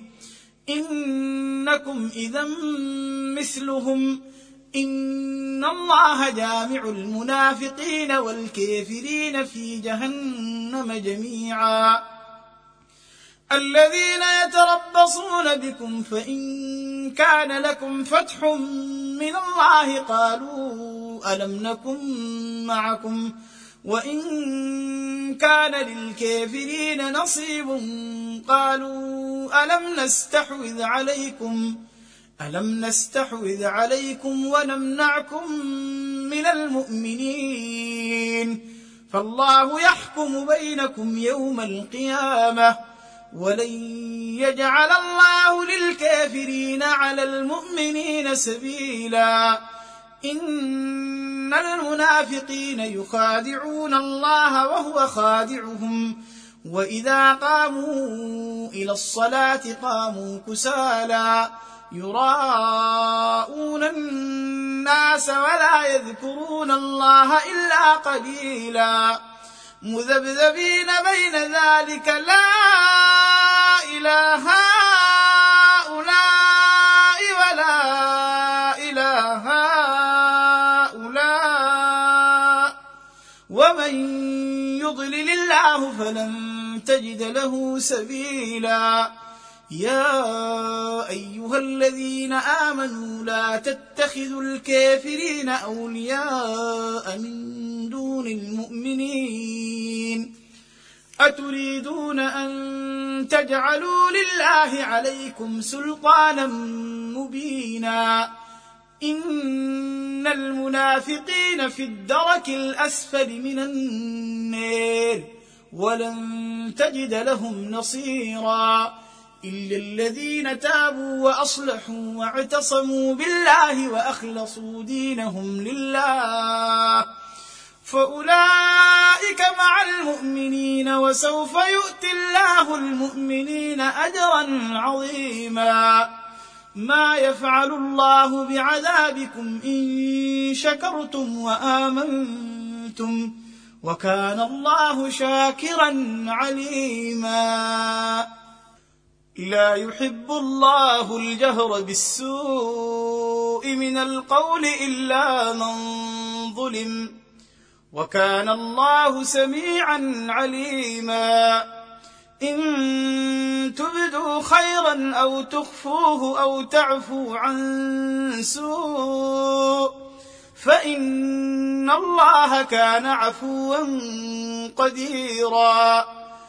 إنكم إذا مثلهم إن الله جامع المنافقين والكافرين في جهنم جميعا الذين يتربصون بكم فإن كان لكم فتح من الله قالوا ألم نكن معكم وإن كان للكافرين نصيب قالوا ألم نستحوذ عليكم ألم نستحوذ عليكم ونمنعكم من المؤمنين فالله يحكم بينكم يوم القيامة ولن يجعل الله للكافرين على المؤمنين سبيلا إن المنافقين يخادعون الله وهو خادعهم وإذا قاموا إلى الصلاة قاموا كسالى يراءون الناس ولا يذكرون الله إلا قليلا مذبذبين بين ذلك لا إله هؤلاء ولا إله هؤلاء ومن يضلل الله فلن تجد له سبيلا يا أيها الذين آمنوا لا تتخذوا الكافرين أولياء من دون المؤمنين أتريدون أن تجعلوا لله عليكم سلطانا مبينا إن المنافقين في الدرك الأسفل من النار ولن تجد لهم نصيرا إلا الذين تابوا وأصلحوا واعتصموا بالله وأخلصوا دينهم لله فأولئك مع المؤمنين وسوف يؤتي الله المؤمنين أجرا عظيما ما يفعل الله بعذابكم إن شكرتم وآمنتم وكان الله شاكرا عليما لا يحب الله الجهر بالسوء من القول إلا من ظلم وكان الله سميعا عليما إن تبدوا خيرا أو تخفوه أو تعفوا عن سوء فإن الله كان عفوا قديرا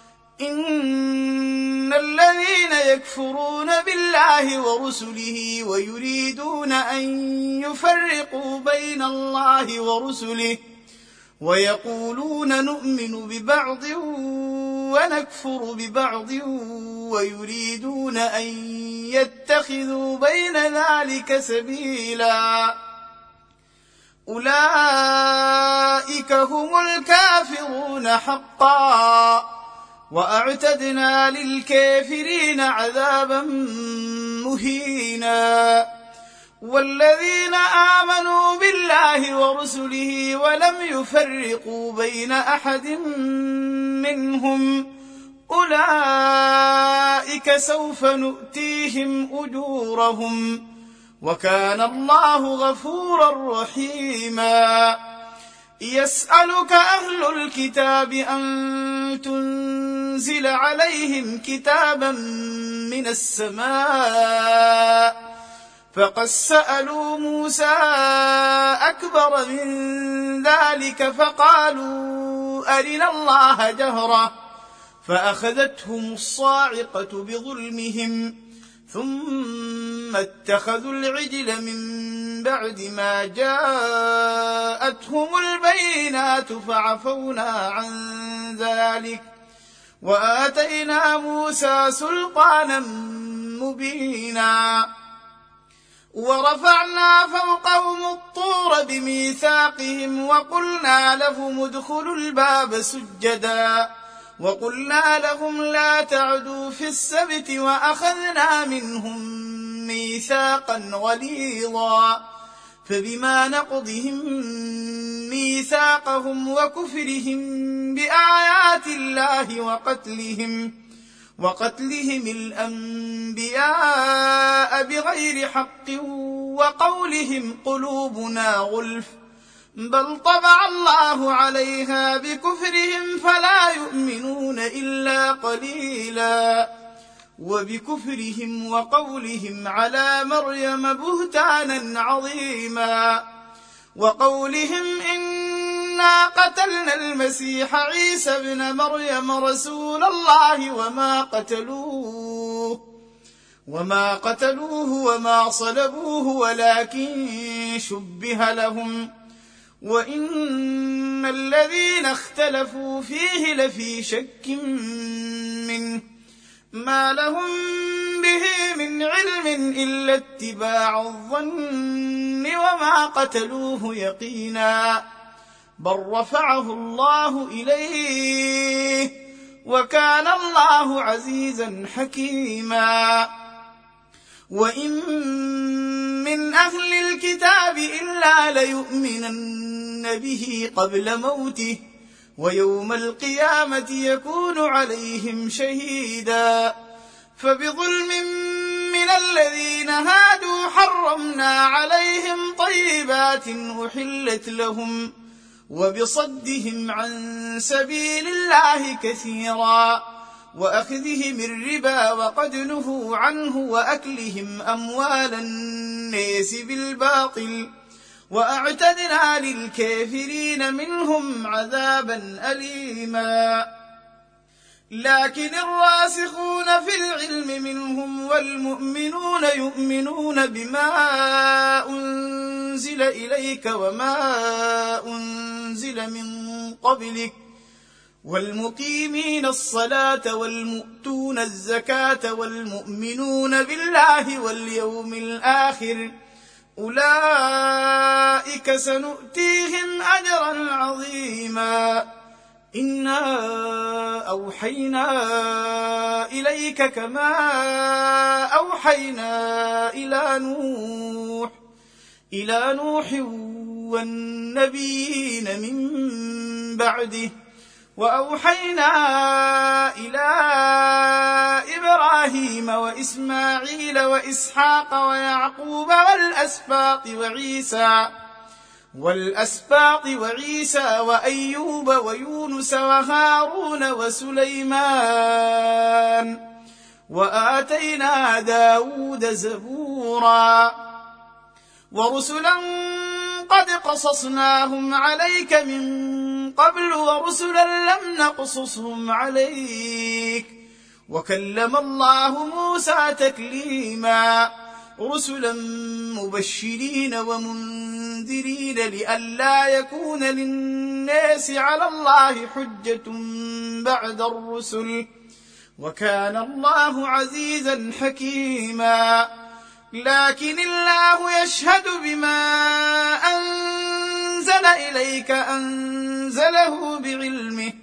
إن الذين يكفرون بالله ورسله ويريدون أن يفرقوا بين الله ورسله ويقولون نؤمن ببعض ونكفر ببعض ويريدون أن يتخذوا بين ذلك سبيلا أولئك هم الكافرون حقا وأعتدنا للكافرين عذابا مهينا والذين آمنوا بالله ورسله ولم يفرقوا بين أحد منهم أولئك سوف نؤتيهم أجورهم وكان الله غفورا رحيما يسألك أهل الكتاب أن تنزل عليهم كتابا من السماء فقد سألوا موسى أكبر من ذلك فقالوا أرنا الله جهرة فأخذتهم الصاعقة بظلمهم ثم اتخذوا العجل من بعد ما جاءتهم البينات فعفونا عن ذلك وآتينا موسى سلطانا مبينا ورفعنا فوقهم الطور بميثاقهم وقلنا لهم ادخلوا الباب سجدا وقلنا لهم لا تعدوا في السبت وأخذنا منهم ميثاقا غليظا فبما نقضهم ميثاقهم وكفرهم بآيات الله وقتلهم وقتلهم الأنبياء بغير حق وقولهم قلوبنا غلف بل طبع الله عليها بكفرهم فلا يؤمنون إلا قليلا وبكفرهم وقولهم على مريم بهتانا عظيما وقولهم إنا قتلنا المسيح عيسى ابن مريم رسول الله وما قتلوه وما قتلوه وما صلبوه ولكن شبه لهم وإن الذين اختلفوا فيه لفي شك منه ما لهم به من علم إلا اتباع الظن وما قتلوه يقينا بل رفعه الله إليه وكان الله عزيزا حكيما وإن من أهل الكتاب إلا ليؤمنن به قبل موته ويوم القيامة يكون عليهم شهيدا فبظلم من الذين هادوا حرمنا عليهم طيبات أحلت لهم وبصدهم عن سبيل الله كثيرا وأخذهم الربا وقد نهوا عنه وأكلهم أموال الناس بالباطل وأعتدنا للكافرين منهم عذابا أليما لكن الراسخون في العلم منهم والمؤمنون يؤمنون بما أنزل إليك وما أنزل من قبلك والمقيمين الصلاة والمؤتون الزكاة والمؤمنون بالله واليوم الآخر أولئك سنؤتيهم أجرا عظيما إنا أوحينا إليك كما أوحينا إلى نوح إلى نوح والنبيين من بعده وأوحينا إلى إبراهيم وإسماعيل وإسحاق ويعقوب والأسباط وعيسى والأسباط وعيسى وأيوب ويونس وهارون وسليمان وآتينا داود زبورا ورسلا قد قصصناهم عليك من قبل ورسلا لم نقصصهم عليك وكلم الله موسى تكليما رسلا مبشرين ومنذرين لئلا يكون للناس على الله حجة بعد الرسل وكان الله عزيزا حكيما لكن الله يشهد بما أنزل إليك أنزله بعلمه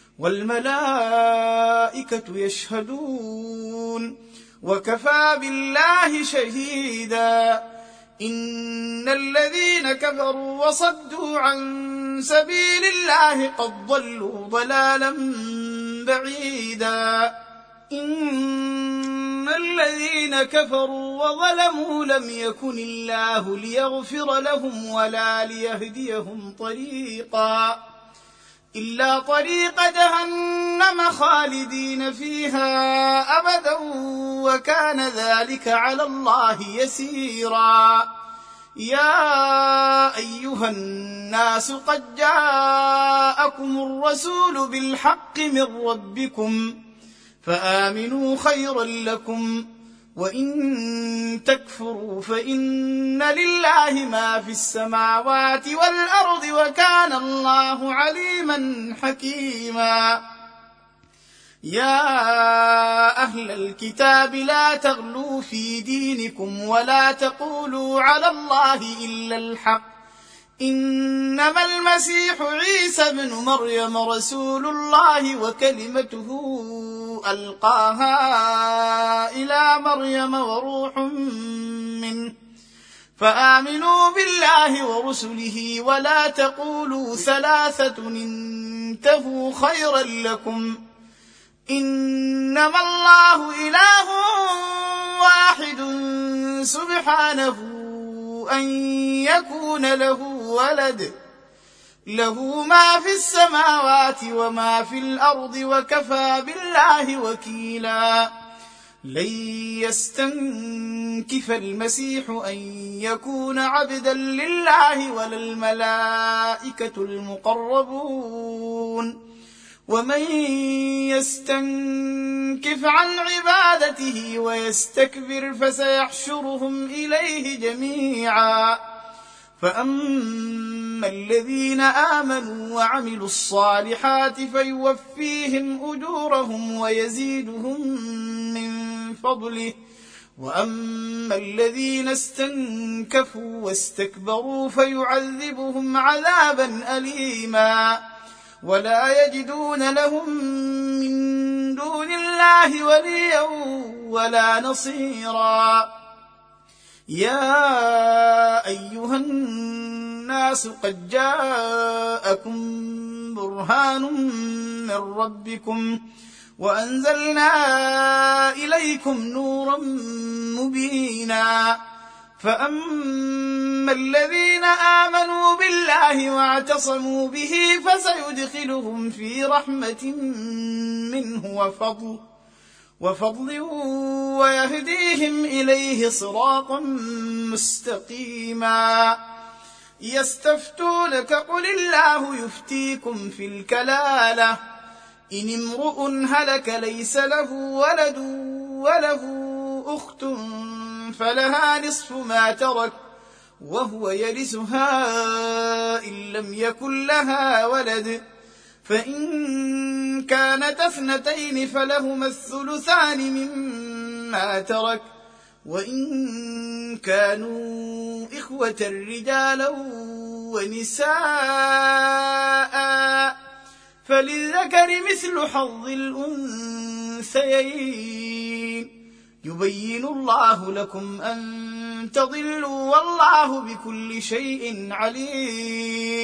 والملائكة يشهدون وكفى بالله شهيدا إن الذين كفروا وصدوا عن سبيل الله قد ضلوا ضلالا بعيدا إن الذين كفروا وظلموا لم يكن الله ليغفر لهم ولا ليهديهم طريقا إلا طريق جهنم خالدين فيها أبدا وكان ذلك على الله يسيرا يا أيها الناس قد جاءكم الرسول بالحق من ربكم فآمنوا خيرا لكم وإن تكفروا فإن لله ما في السماوات والأرض وكان الله عليما حكيما يا أهل الكتاب لا تغلوا في دينكم ولا تقولوا على الله إلا الحق إنما المسيح عيسى بن مريم رسول الله وكلمته ألقاها إلى مريم وروح منه فآمنوا بالله ورسله ولا تقولوا ثلاثة انتهوا خيرا لكم إنما الله إله واحد سبحانه أن يكون له ولد له ما في السماوات وما في الأرض وكفى بالله وكيلا لن يستنكف المسيح أن يكون عبدا لله ولا الملائكة المقربون ومن يستنكف عن عبادته ويستكبر فسيحشرهم إليه جميعا فأما الذين آمنوا وعملوا الصالحات فيوفيهم أجورهم ويزيدهم من فضله وأما الذين استنكفوا واستكبروا فيعذبهم عذابا أليما ولا يجدون لهم من دون الله وليا ولا نصيرا يا أيها الناس قد جاءكم برهان من ربكم وأنزلنا إليكم نورا مبينا فأما الذين آمنوا بالله واعتصموا به فسيدخلهم في رحمة منه وفضل وفضل ويهديهم إليه صراطا مستقيما يستفتونك قل الله يفتيكم في الكلالة إن امرؤ هلك ليس له ولد وله أخت فلها نصف ما ترك وهو يرثها إن لم يكن لها ولد فإن كانت اثنتين فلهما الثلثان مما ترك، وإن كانوا إخوة رجالا ونساء فللذكر مثل حظ الأنثيين، يبين الله لكم أن تضلوا والله بكل شيء عليم.